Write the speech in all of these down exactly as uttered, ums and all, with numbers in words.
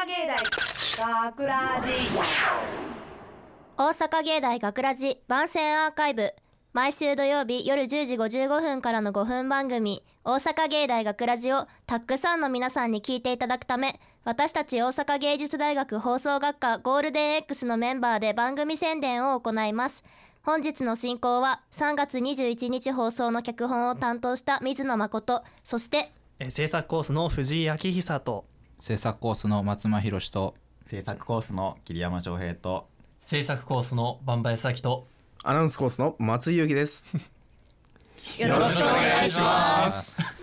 阪芸大学ラジ大阪芸大学ラジ番宣アーカイブ、毎週土曜日夜じゅうじごじゅうごふんからのごふん番組大阪芸大学ラジをたくさんの皆さんに聞いていただくため、私たち大阪芸術大学放送学科ゴールデン X のメンバーで番組宣伝を行います。本日の進行はさんがつにじゅういちにち放送の脚本を担当した水野誠、そしてえ制作コースの藤井明久と制作コースの松間博史と制作コースの桐山翔平と制作コースの万林咲とアナウンスコースの松井裕樹です。 よろしくお願いします。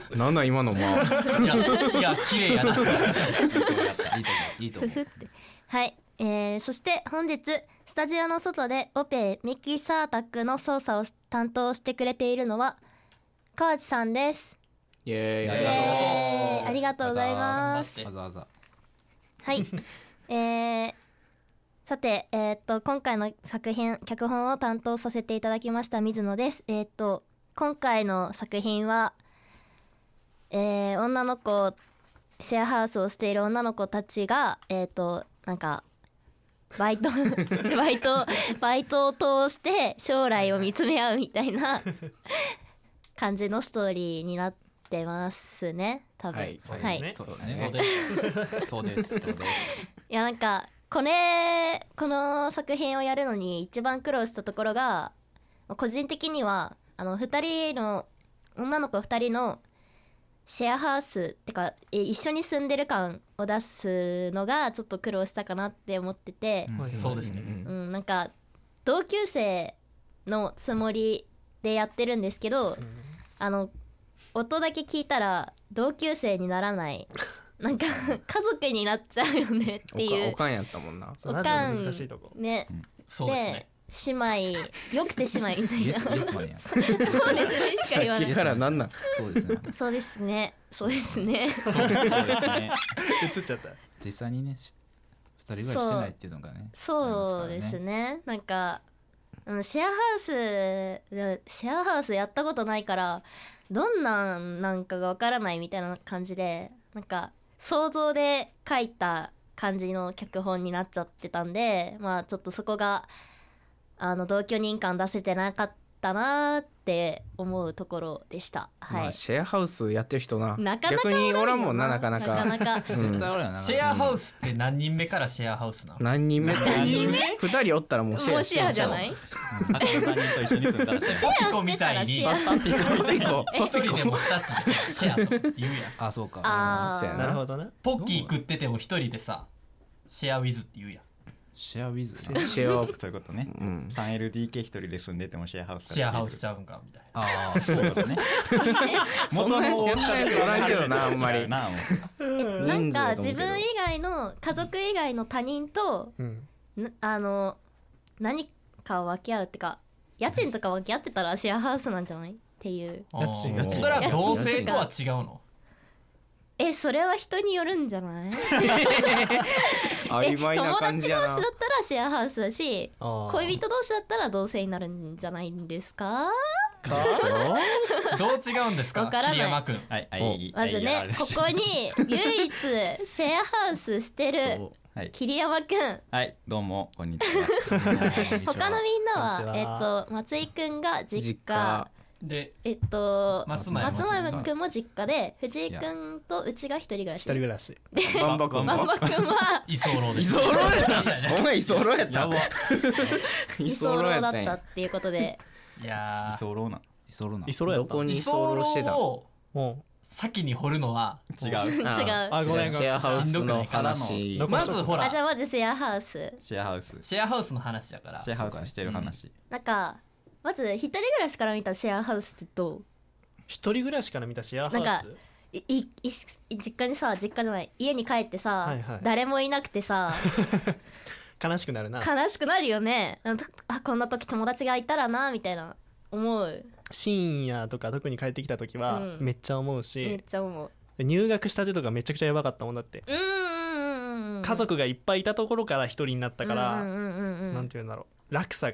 なんだ今のまあいやいや綺麗やな。 いいと思ういいと思うはい、えー、そして本日スタジオの外でオペミキサータックの操作を担当してくれているのは河内さんです。 イエーイ、 イエーイ、ありがとうございます。 わざわざはい、えー、さて、えー、っと今回の作品脚本を担当させていただきました水野です。えー、っと今回の作品は、えー、女の子シェアハウスをしている女の子たちがえー、っとなんかバイトバイトバイトを通して将来を見つめ合うみたいな感じのストーリーになってますね、多分。 はい、 はい、 そうですねそうですそうですいやなんかこれこの作品をやるのに一番苦労したところが、個人的にはあのふたりの女の子ふたりのシェアハウスってか一緒に住んでる感を出すのがちょっと苦労したかなって思ってて、 うんそうですね。 うん、なんか同級生のつもりでやってるんですけど、うん、あの音だけ聞いたら同級生にならないなんか家族になっちゃうよねっていう。 おかんやったもんな。 おかん難しいとこね、 うん、そうですね。 姉妹よくて姉妹みたいなイエスイエスマンやそうですねしか言わない。 からなんなん。 そうですねそうですねそうですねそうですね。 映っちゃった。 実際にねふたりぐらいしてないっていうのがね。 そうですね。なんかシェアハウスシェアハウスやったことないからどんなんなんかがわからないみたいな感じで、なんか想像で書いた感じの脚本になっちゃってたんで、まあちょっとそこがあの同居人感出せてなかったなって思うところでした。はい、 まあ、シェアハウスやってる人ななかなか逆におらんもんな、なかなかなかなか絶対おるやな。 シェアハウスって何人目からシェアハウスなの？ 何人目何人目？ ふたりおったらもうシェアもうシェアじゃない？ あとさんにんと一緒に住んだらシェアシェアポみしてたたいにらシェア一人でも二つシェアと言うやん。 あ、そうか。 あーそうやなるほどな。 ポッキー食ってても一人でさシェアウィズって言うやん。 シェアウィズシェアそういうことね、 うん、 スリーエルディーケー 一人で住んでてもシェアハウスシェアハウスちゃうんかみたいな。 ああ、 そういうことねそんなやったやつおらんけどな、あんまりなもうなんか人数だと思うけど自分以外の家族以外の他人と、 うんなあの何かを分け合うってか家賃とか分け合ってたらシェアハウスなんじゃないっていう。 あー家賃家賃それは同性とは違うの？ えそれは人によるんじゃない？ 曖昧な感じやな。 友達同士だったらシェアハウスだし、 あー恋人同士だったら同性になるんじゃないんですか？ どう違うんですか？ わからない桐山くん。 はいはいまずね、ここに唯一シェアハウスしてるそうはい桐山くん、 はいどうもこんにちは他のみんなこんはにちはえっと松井くんが実実家家でえっと松前も松前くんも実家で藤井くんとうちが一人暮らし。 一人暮らし。 バンバ君バンバくんは居候です。 居候やったお前居候やったやば。 居候だったっていうことでいやー居候な居候な居候やった。 どこに居居候候してた。 をも先に掘るのは違う違う。 ああごめんシェアハウスの話。 残しとくまずほらあじゃあまずシェアハウスシェアハウスシェアハウスの話だからシェアハウスしてる話なんかまず一人暮らしから見たシェアハウスってどう？ 一人暮らしから見たシェアハウス。 なんかいいい実家にさ実家じゃない家に帰ってさ、 はいはい誰もいなくてさ悲しくなるな。 悲しくなるよね。あこんな時友達がいたらなみたいな思う。 深夜とか特に帰ってきた時はうんめっちゃ思うめっし、 ちゃ思う。 入学したてとかめちゃくちゃやばかったもんだって。 うんうんうんうん家族がいっぱいいたところから一人になったから、 うんうんうんうんなんていうんだろう、落差が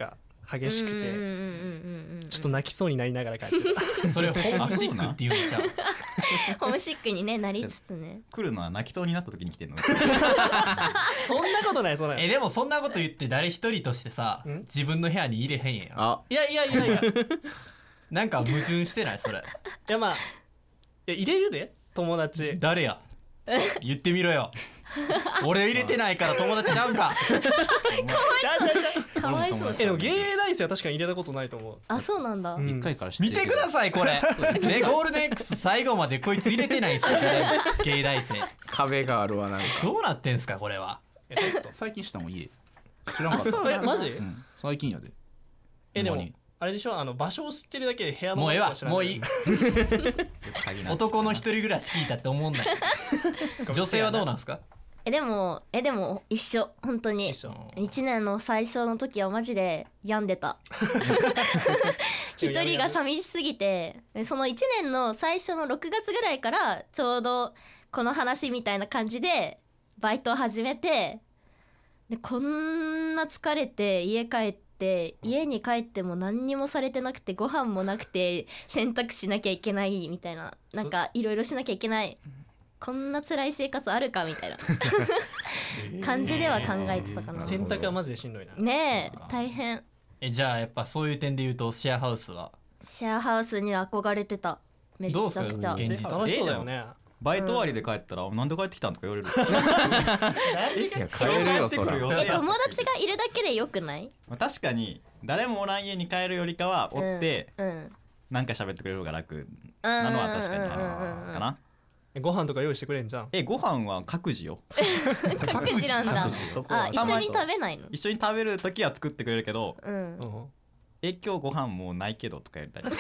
激しくてうんうんうんうんうんちょっと泣きそうになりながら帰ってたそれホームシックっていうんじゃん。 ホームシックにねなりつつね。 来るのは泣きそうになった時に来てんのそんなことないそんなえでもそんなこと言って誰一人としてさん自分の部屋に入れへんやん。 あいやいやいやいやいなんか矛盾してないそれ。 やまあいや入れるで友達誰や言ってみろよ。俺入れてないから友達ちゃうんか。 じゃあじゃあじゃかわいそう友達えでも芸大生は確かに入れたことないと思うあそうなんだ、 うん一回から知って見てくださいこれ。ねゴールデン X 最後までこいつ入れてないんすよ芸大生。 壁があるわなんかどうなってんすかこれは。 えちょっと最近したもん家知らんかったそうなんだえマジうん最近やでえでもほんまにあれでしょあの場所を知ってるだけで部屋のもうええわ知らなもういい。男の一人暮らし聞いたって思んない。女性はどうなんすか。 えでもえでも一緒本当に一緒いちねんの最初の時はマジで病んでた一人が寂しすぎてそのいちねんの最初のろくがつぐらいからちょうどこの話みたいな感じでバイトを始めてでこんな疲れて家帰って家に帰っても何にもされてなくてご飯もなくて洗濯しなきゃいけないみたいななんかいろいろしなきゃいけないこんな辛い生活あるかみたいな感じでは考えてたかな。 洗濯はマジでしんどいなねえ大変。 えじゃあやっぱそういう点で言うとシェアハウスはシェアハウスには憧れてためちどうすかゃくちゃ。 現実。 楽しそうだよねバイト終わりで帰ったら、なんで帰ってきたんとか言われる。 いや帰るよそらえ友達がいるだけでよくない？ まあ確かに誰もおらん家に帰るよりかはおって、 うんうんなんか喋ってくれる方が楽なのは確かにあるかな。 ご飯とか用意してくれんじゃんえご飯は各自よ。 各自なんだ。 そこはあ一緒に食べないの？ 一緒に食べる時は作ってくれるけど、 うんうんえ今日ご飯もうないけどとかやりたい。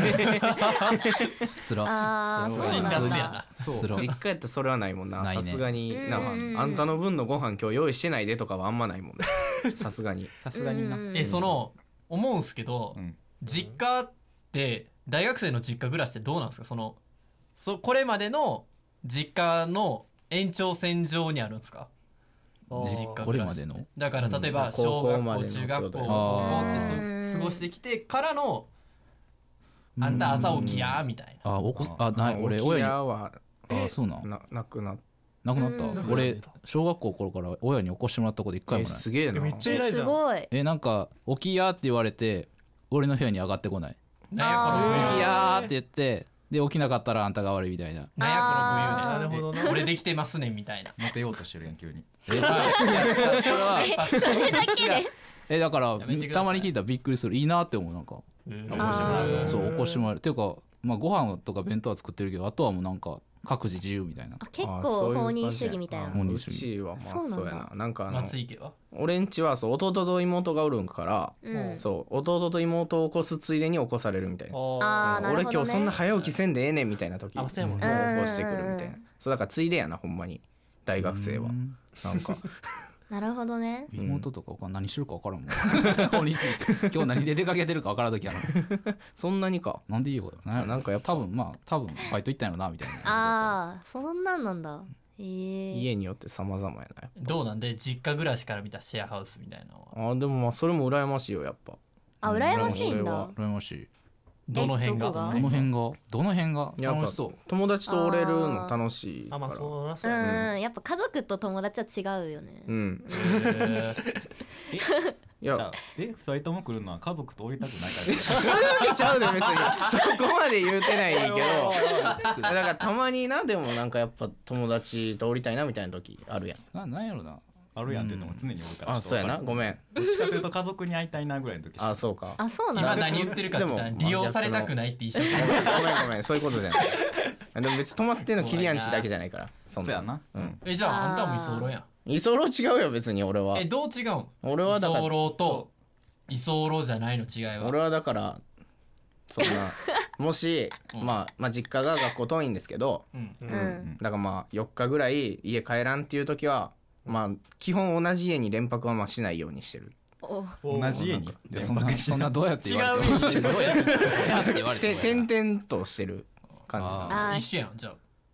つらあーそう辛なんだ。 辣やな。 つら実家やったらそれはないもんなないねさすがになうんあんたの分のご飯今日用意してないでとかはあんまないもんねさすがにさすがにな。 うんうんえその思うんすけど、 うん実家って大学生の実家暮らしってどうなんですか。そのそこれまでの実家の延長線上にあるんですか。 あー実家これまでのだから例えばうん小学校高校までの中学校高校あってーそ過ごしてきてからのあんた朝起きやみたいな。 あおこあない俺沖親に縄はあそうなんななくなっなくなったうん俺小学校頃から親に起こしてもらったこと一回えもないすげえなえめっちゃ偉いじゃんすごい。 えなんか起きやって言われて俺の部屋に上がってこないなんやこのあー武勇起きやーって言ってで起きなかったらあんたが悪いみたいななんやこあーの武勇なるほどな俺できてますねみたいな。 モテようとしてるやん急に。 えいやそれはえそれだけでえだからやめてくださいたまに聞いたらびっくりするいいなって思うなんかうん起こしてもらうそう起こしてもらえるっていうかまあご飯とか弁当は作ってるけどあとはもうなんか各自自由みたいなあ結あ構そういう放任主義みたいな。 あ放任う主義ちはまあそうなんだそうやななんかあの松井家は俺んちはそう弟と妹がおるんからうんそう弟と妹を起こすついでに起こされるみたいなあーなるほどね俺今日そんな早起きせんでええねんみたいな時もう起あそうやもんね起こしてくるみたいなそうだからついでやなほんまに大学生はうんなんかなるほどね。 妹とか他何してるか分からんもん放任主義今日何で出かけてるか分からん時あるそんなにかなんでいいよなんやなんかやっぱ多分まあ多分バイト行ったんやろなみたいなああそんなんなんだ。えー、 家によって様々やなどうなんで実家暮らしから見たシェアハウスみたいなのはあーでもまあそれも羨ましいよやっぱあ羨ましいんだ俺は。 羨ましいどの辺がえどこがどの辺がどの辺がやっぱ楽しそう友達とおれるの楽しいからあまあそらうそうやねん、やっぱ家族と友達は違うよね。 うんへーいじゃあやえ二人とも来るのは家族と降りたくないから。 そういうわけちゃうで別にそこまで言うてないけどだからたまになでもなんかやっぱ友達と降りたいなみたいな時あるやんななんやろなあるやんって言っても常におるから。 あそうやなごめんどっちかというと家族に会いたいなぐらいの時。 あそうかあそうなんだ。 今何言ってるかって言ったらでも利用されたくないって一緒にごめんごめんそういうことじゃないでも別に泊まってんのキリアンチだけじゃないからそんそうやな。 うんえじゃああんたも居候やん。 居候違うよ別に俺はえどう違うん俺はだから居候と居候じゃないの違いは。 俺はだからそんなもし、 うんまあ、まあ実家が学校遠いんですけどうんう。 うんんだからまあよっかぐらい家帰らんっていう時はまあ基本同じ家に連泊はまあしないようにしてるお同じ家にいやそんなそんなどうやって言われて違う家にどうやってどうやって言われててもやな点々としてる感じああー一緒やんじゃあ。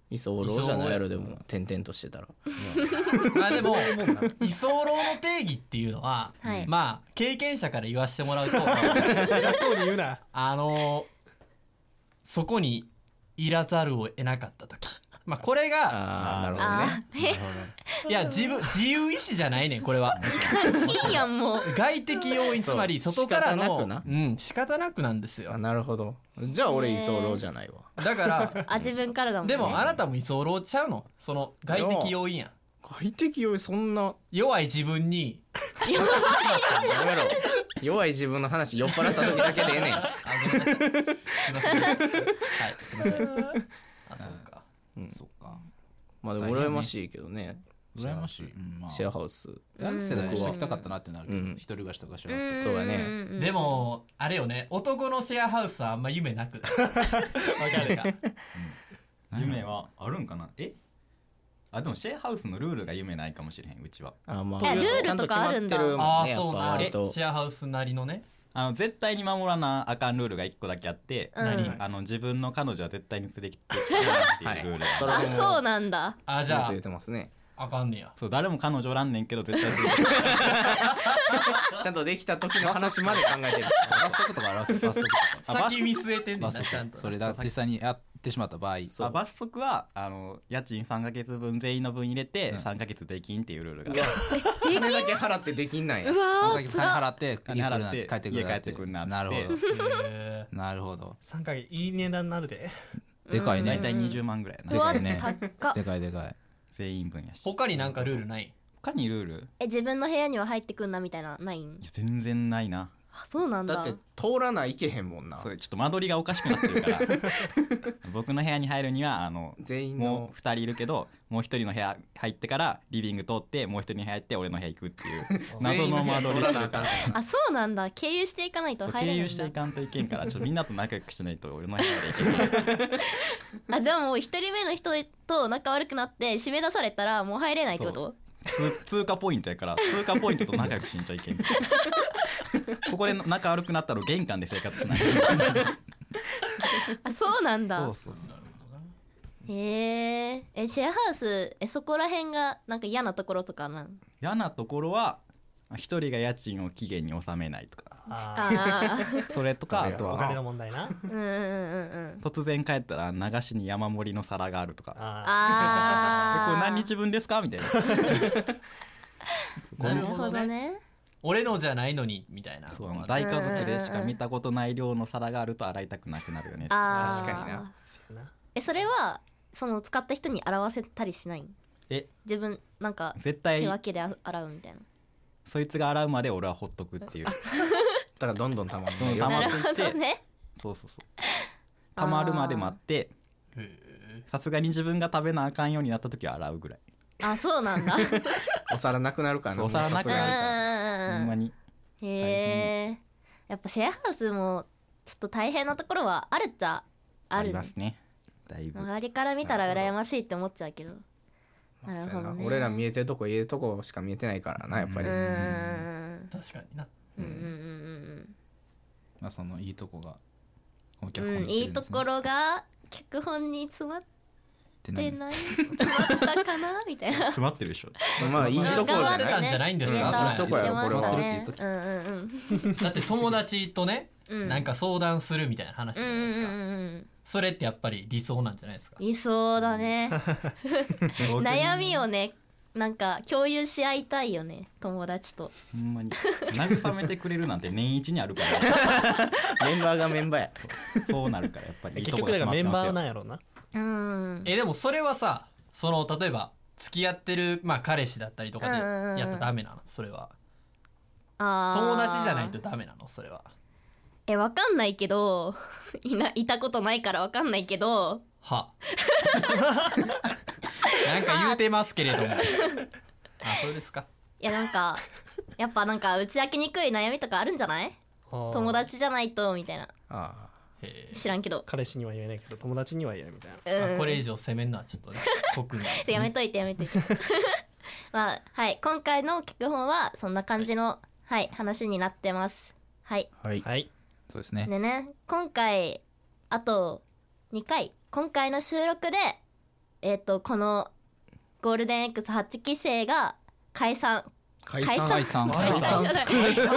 居候じゃないやろでも点々としてたらまあでも居候の定義っていうのは、 はいまあ経験者から言わせてもらうと偉そうに言うな。 あのそこにいらざるを得なかった時、まあこれがああなるほどあねいや自分自由意志じゃないねんこれは。 ーいいやんもう。 外的要因、つまりそう外からの仕方なくなうん仕方なくなんですよ。 あなるほどじゃあ俺居候じゃないわだからあ自分からだもんね。 でもあなたも居候ちゃうの、その外的要因やん。 快適よりそんな弱い自分にやめろ弱い自分の話酔っ払った時だけでええねんあごめんなさいすいませんはいすいませんあそうかそうかまあでも羨ましいけどね羨ましい、うんまあ、 シェアハウス大学生だけしてきたかったなってなるけど、 うん一人暮らしとかしますとそうだねんんんでもあれよね、男のシェアハウスはあんま夢なくないわかるか夢はあるんかな。えあでもシェアハウスのルールが夢ないかもしれへん。うちはあまえルールとかあるんだちゃと決まってるもんねああやっぱそうな割とシェアハウスなりのね。 あの絶対に守らなあかんルールがいっこだけあって、 うん何あの自分の彼女は絶対に連れてきてきなっていうルールが、 それあでもそうなんだ。 あじゃあずっと言ってますねあかんねや。 そう誰も彼女おらんねんけど絶対連れてきてちゃんとできた時の話まで考えてる罰則とかあるわけ罰則とか先見据えてんねんな罰ちゃんと。 則それだ実際にやってしまった場合あ罰則はあの家賃さんかげつぶん全員の分入れてさんかげつできんっていうルールが、 金だけ払ってできんないやう 3 わーヶ月金払って金払って帰ってくるな家帰ってくるなってなるほへどなるほど三回いい値段になるで。 でかいね大体にじゅうまんぐらいやなうわでかいね高っ。 でかいでかい全員分やし。 他になんかルールない？ 他にルールえ自分の部屋には入ってくんなみたいなないんいや全然ないな。 あそうなんだ。 だって通らないけへんもんなそれちょっと間取りがおかしくなってるから僕の部屋に入るにはあの全員ものうふたりいるけどもうひとりの部屋入ってからリビング通ってもうひとりの部屋入って俺の部屋行くっていう謎の間取りしてるからあそうなんだ。経由していかないとそう入れないんだ。 経由していかんといけんからちょっとみんなと仲良くしないと俺の部屋で行けないあじゃあもう一人目の人と仲悪くなって締め出されたらもう入れないってこと？ 通通過ポイントやから通過ポイントと仲良くしんちゃいけんここで仲悪くなったら玄関で生活しないあそうなんだ。 そうそうへええシェアハウスえそこら辺がなんか嫌なところとかなん嫌なところは一人が家賃を期限に納めないとかああーそれとかあとあお金のは問題な。 うんうんうんうん突然帰ったら流しに山盛りの皿があるとかああーえこれ何日分ですかみたいななるほどね。 俺のじゃないのにみたいな。 そう大家族でしか見たことない量の皿があると洗いたくなくなるよねあー確かになそうやな。 えそれはその使った人に洗わせたりしないん？ え自分なんか絶対手分けであ洗うみたいな。 そいつが洗うまで俺はほっとくっていうだからどんどんたまんないよ溜まなるほっていってどね。 そうそうそう溜まるまで待ってさすがに自分が食べなあかんようになった時は洗うぐらいあそうなんだ。 お皿なくなるからそうお皿なくなるうんほんまにへえやっぱシェアハウスもちょっと大変なところはあるっちゃああるね。 りますねだいぶ周りから見たら羨ましいって思っちゃうけど。なるほどね。 俺ら見えてるとこ言えるとこしか見えてないからなやっぱりうんうん確かにな。 うんうんうんまあそのいいとこがこのうんうん。 脚本にいいところが脚本に詰まっって何てない詰まったかなみたいな。 詰まってるでしょまあいいとこじゃ頑張ってないたんじゃないんですかネタいいとこやろこれは言ってましたねうんうんうんだって友達とね、 うんなんか相談するみたいな話じうんゃないですか、 うんうんそれってやっぱり理想なんじゃないですか。 いそうだね。悩みをねなんか共有し合いたいよね友達と。 ほんまに慰めてくれるなんて年一にあるからメンバーがメンバーやそうなるからやっぱりいい結とこ局だからメンバーなんややろうな。 うんえでもそれはさ、その例えば付き合ってる、まあ、彼氏だったりとかでうんうんうんやったらダメなのそれは。 あー友達じゃないとダメなのそれは。 えわかんないけどいないたことないからわかんないけどはなんか言うてますけれどもあそうですか。 いやなんかやっぱなんか打ち明けにくい悩みとかあるんじゃない友達じゃないとみたいな。 あへ知らんけど彼氏には言えないけど友達には言えるみたいな。 うんあこれ以上責めんのはちょっとね酷にやめといてやめといてまあはい今回の脚本はそんな感じの、はい、話になってます。はいあはいはい。 そうですねでね今回あとにかい今回の収録でえっとこのゴールデン X はち 期生が解散解解散解散解散じゃない卒業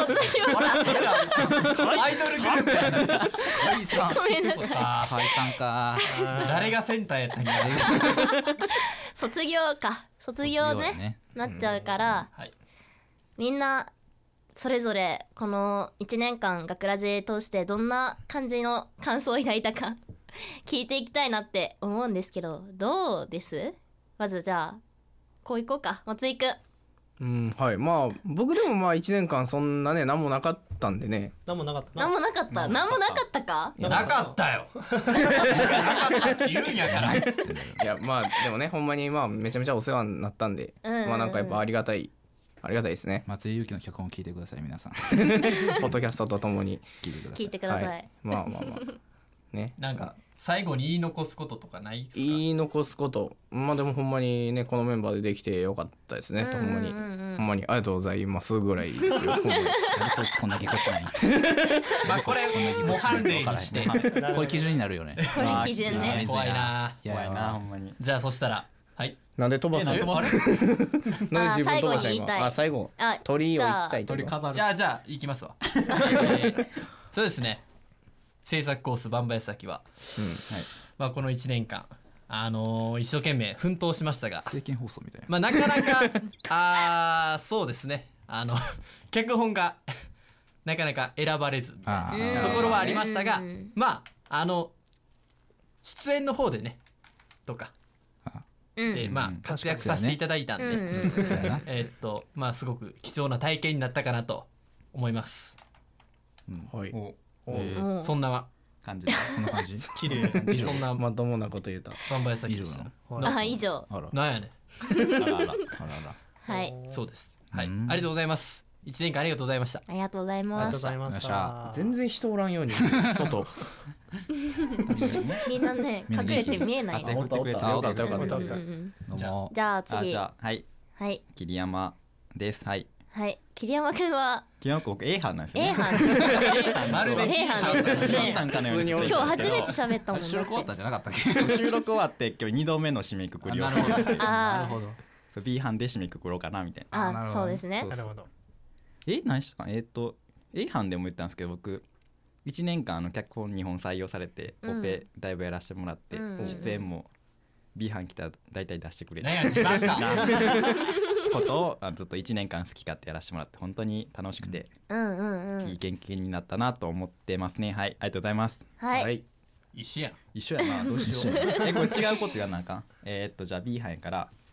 アイドルグループやな解散ごめんなさいあ解散か誰がセンターやったんや卒業か卒業ねなっちゃうから、 はいみんなそれぞれこのいちねんかん学ラジ通してどんな感じの感想を抱いたか聞いていきたいなって思うんですけど、どうです？まずじゃあこういこうか、松井くん。 うんはいまあ僕でもまあいちねんかんそんなね何もなかったんでね何もなかったな何もなかった何もなかったかいやなかったよなかったって言うんやからいやまあでもねほんまにまあめちゃめちゃお世話になったんで、 うんうんうんまあなんかやっぱありがたいありがたいですね松井裕樹の脚本を聞いてください皆さんポッドキャストとともに聞いてください聞いてください、 はい、まあまあまあねなんか最後に言い残すこととかないっすか？ 言い残すことまあでもほんまにねこのメンバーでできてよかったですね、 うんうんうんほんまにほんまにありがとうございますぐらいですよほんまになんでこいつこんだけこっちないまあこれ模範例にしてこれ基準になるよねこれ基準ね怖いないや怖いなほんまに。 じゃあそしてたらはいなんで飛ばすのえなんでなんで自分飛ばしたあ最後に言いたい今あ最後あ鳥を行きたいと鳥飾る。 いやじゃあ行きますわえーそうですね制作コースバンバヤサキは、まあ、このいちねんかん、あのー一生懸命奮闘しましたが、 政見放送みたいなまあ、なかなかあーそうですねあの脚本がなかなか選ばれずみたいあなーところはありましたが、 うんまああの出演の方でねとかうんで、まあ、活躍させていただいたんで、 うんうんうんそうやなえーっとまあすごく貴重な体験になったかなと思います。 はいおえーうんそんな感じで。 そんな感じ綺麗そんなまともなこと言うたバンバヤサキでし以上なたの。 あ以上あらなんやねあらあら。 あらあらはいそうです。はい、あうんりがとうございます。一年間ありがとうございました。 ありがとうございありがますとうございましよった。 全然人おらんように外みんなねみんな元気隠れて見えないねあ手振ってくれてあよかったよかったうんうんうんどうもじゃああ次じゃあはいはい桐山です。はい。 はい桐山くんは桐山君僕 A 班なんですよ A ね。 班まるで A 班です A 班かのように今日初めて喋ったもんあれ収録終わったんじゃなかったっけ収録終わって今日にどめの締めくくりをあなるほどなるあほどー B 班で締めくくろうかなみたいな。 あなるほどそうですねそうなるほど。 え何したえっ、と A 班でも言ったんですけど僕いちねんかんあの脚本にほん採用されてうんオペだいぶやらせてもらって、 うん出演も B 班来たら大体出してくれ何や自慢したことをあのちょっといちねんかん好き勝手やらせてもらって本当に楽しくて、 うんうんうんいい経験になったなと思ってますね。はい、ありがとうございます。 はいい一緒やん。 一緒やなどうしようえこれ違うこと言わなあかんえーっとじゃあ B 班やから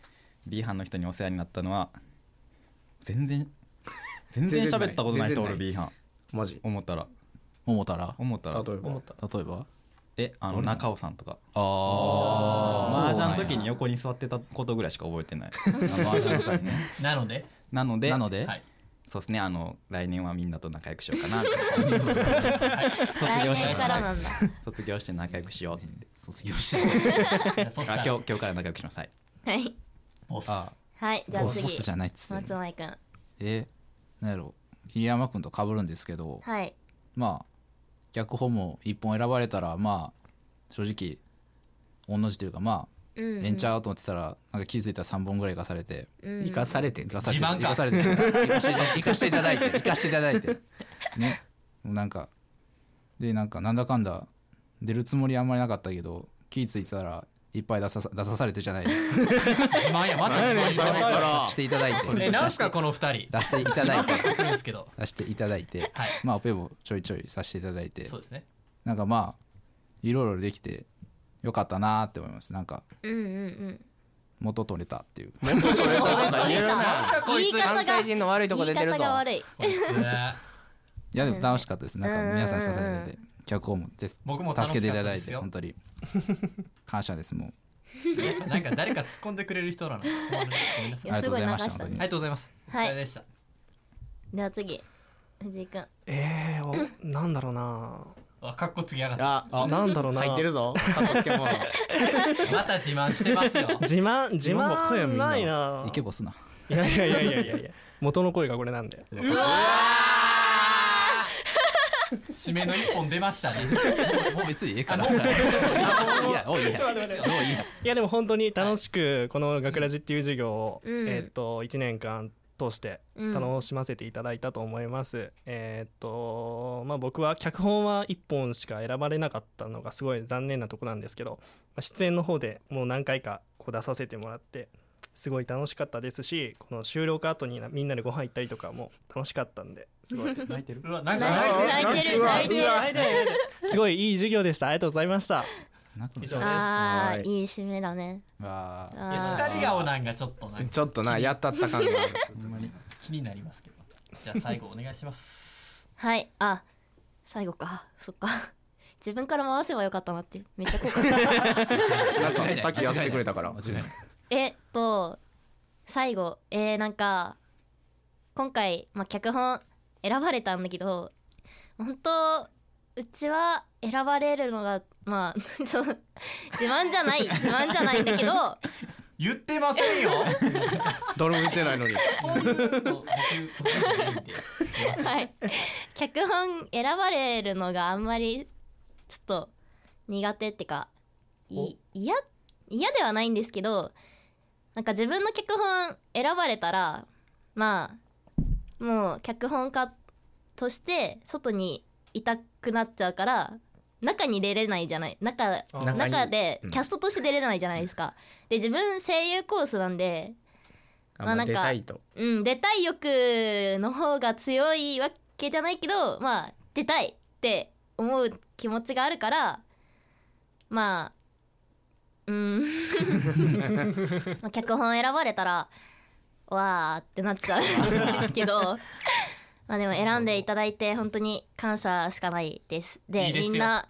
B 班の人にお世話になったのは全然全然喋ったことない人おる B 班マジ思ったら思ったら思ったら例えば思った。 例えばえあの中尾さんとかあ麻雀の時によ横に座ってたことぐらいしか覚えてない麻雀の会ねなので、 なのでなのではい、 そうですねあの来年はみんなと仲良くしようかなって卒業して来年からなんだ卒業して仲良くしようって卒業しそしたらあ今日今日から仲良くしますはいはいボス。 あはいじゃあ次ボスじゃないっつって松前くんえなんやろ桐山君と被るんですけどはいまあ脚本も一本選ばれたらまあ正直同じというかまあうんうんえんちゃうと思ってたらなんか気づいたらさんぼんぐらい生かされてうん生かされて生かされて自慢か生かされて生かして生かしていただいて生かしていただいてねもうなんかでなんかなんだかんだ出るつもりあんまりなかったけど気付いてたらいっぱい出さ出さされてじゃない出自慢やまた自慢何やねんそれしていただいてえなんすかこの二人。 出していただいてするんですけど。 出していただいてはい。 まあオペもちょいちょいさせていただいてそうですね。 なんかまあいろいろできてよかったなーって思いますなんかうんうんうん元取れたっていう元取れたとか言うな言い方関が西人の悪いとこ言い出てるぞ方が悪いこいついやでも楽しかったですなんか皆さんに支うんうんえてて脚本もです僕も楽しかったですよ助けていただいて本当に感謝ですもうなんか誰か突っ込んでくれる人なの。ごめんなさい。 いやあありがとうございましたすごい流したね本当にりがとうございます。お疲れでした。 では次藤井くんえー、おなんだろうな。 あ、かっこつけやがっあなんだろうな。 入ってるぞかっこつけものた。また自慢してますよ。 自慢自慢ばっかやみんな慢ないな。 イケボスないやいやいやいやいやいや。元の声がこれなんで。 うわ締めの一本出ましたね。 もう別にええから。 あもういや、おいいや。 ちょっと待って待ってもういいや。 いやでも本当に楽しくこの学ラジっていう授業を、 うんえーっといちねんかん通してうん楽しませていただいたと思います。えーっとまあ僕は脚本はいっぽんしか選ばれなかったのがすごい残念なとこなんですけど、まあ出演の方でもう何回かこう出させてもらってすごい楽しかったですし、この収録後になみんなでご飯行ったりとかも楽しかったんですごい泣いてるうわなんか泣い泣いてる泣いてる泣いてるすごいいい授業でした。ありがとうございました。 泣くの以上ですあはいーいい締めだね。 わーいやあー下り顔なんかちょっとなんかちょっとなやったった感がある。 ほんまに気になりますけど。じゃあ最後お願いします。 はいあ最後かそっか自分から回せばよかったなってめっちゃ後悔なんかさっきやってくれたから。 間違いない。 えっと最後えー、なんか今回、まあ、脚本選ばれたんだけど本当うちは選ばれるのがまあちょ自慢じゃない自慢じゃないんだけど言ってませんよ。 誰も見てないのに。 そういうの僕得意じゃないんで。すいませんはい脚本選ばれるのがあんまりちょっと苦手ってかい嫌嫌ではないんですけどなんか自分の脚本選ばれたらまあもう脚本家として外にいたくなっちゃうから中に出れないじゃない中あ中でうんキャストとして出れないじゃないですか。で自分声優コースなんであまあまあなんか出たいと。 うん出たい欲の方が強いわけじゃないけどまあ出たいって思う気持ちがあるからまあうんまあ脚本選ばれたらわーってなっちゃうんですけどまあでも選んでいただいて本当に感謝しかないですでいいですよみんな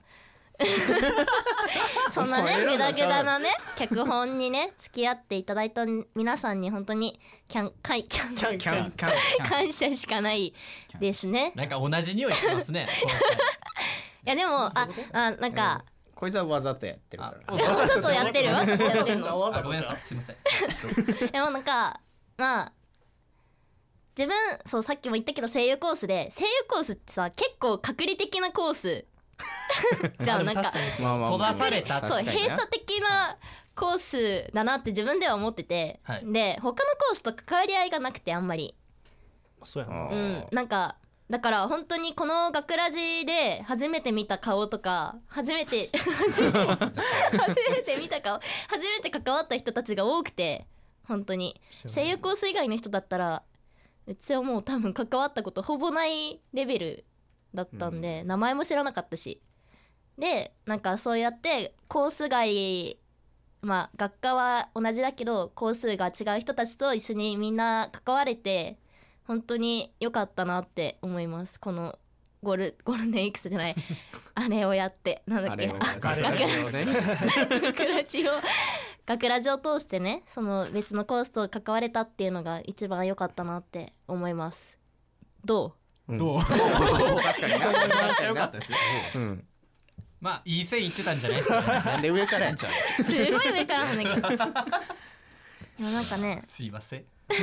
そんなねグダグダなね脚本にね付き合っていただいた皆さんに本当にキャンキャンキャンキャンキャンキャン感謝しかないですね。 なんか同じ匂いしますね。 いやでもああなんかこいつはわざとやってるかあら。 わざとやってるわざとやってるの。 あごめんなさいすいません。 でもなんかまあ自分そうさっきも言ったけど声優コースで声優コースってさ結構確率的なコースじゃあなんかまあまあ閉ざされたそう確かにね閉鎖的なコースだなって自分では思ってて、 はいで他のコースと関わり合いがなくてあんまりそうやな。 あうんなんかだから本当にこの学ラジで初めて見た顔とか初めて初めて初めて見た顔初めて関わった人たちが多くて本当に声優コース以外の人だったらうちはもう多分関わったことほぼないレベルだったんで、名前も知らなかったしでなんかそうやってコース外まあ学科は同じだけどコースが違う人たちと一緒にみんな関われて本当に良かったなって思いますこのゴールゴールデン X じゃないあれをやってなんだっけあれをああれ学をね。 学ラジを学ラジを通してねその別のコースと関われたっていうのが一番良かったなって思いますどどう確かにな。確かよにな。 かったですようん。 まあいい線いってたんじゃないですかね。 なんで上からやんちゃう。 うすごい上からなんだけどでもなんかねすいません。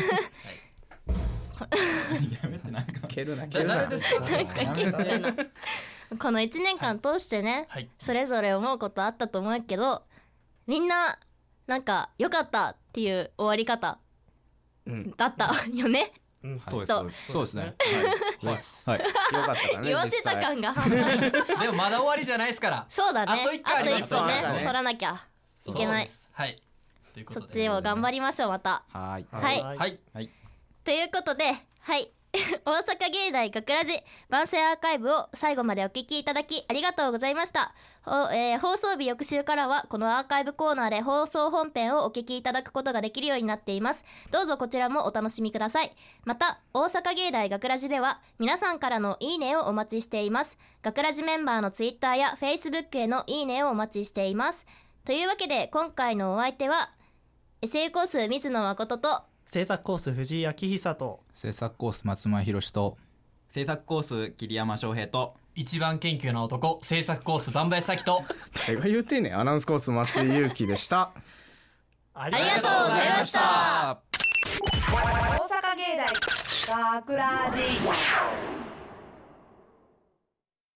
やめてなんか蹴るな蹴だるな。 誰ですか。 なんか結構なこのいちねんかん通してね、 はい。 それぞれ思うことあったと思うけどみんななんか良かったっていう終わり方うん。 だったよねうんそうですそうですそうですね。 はいよかったかね。 言わせた感が半端ないでもまだ終わりじゃないですから。 そうだねあと一個ありますあと一個ねそうだね取らなきゃいけないそうですはい。というこそとで。 っちを頑張りましょうまたはーい。 はいはい。 はいということではい大阪芸大学ラジ番宣アーカイブを最後までお聞きいただきありがとうございましたほ、えー放送日翌週からはこのアーカイブコーナーで放送本編をお聞きいただくことができるようになっていますどうぞこちらもお楽しみくださいまた大阪芸大学ラジでは皆さんからのいいねをお待ちしています学ラジメンバーのツイッターやフェイスブックへのいいねをお待ちしていますというわけで今回のお相手はエセイコース水野誠と制作コース藤井明久と制作コース松前博と制作コース桐山翔平と一番研究な男制作コースバンバヤサキと誰が言うてんねん。アナウンスコース松井裕樹でした。 ありありがとうございました大阪芸大学ラジ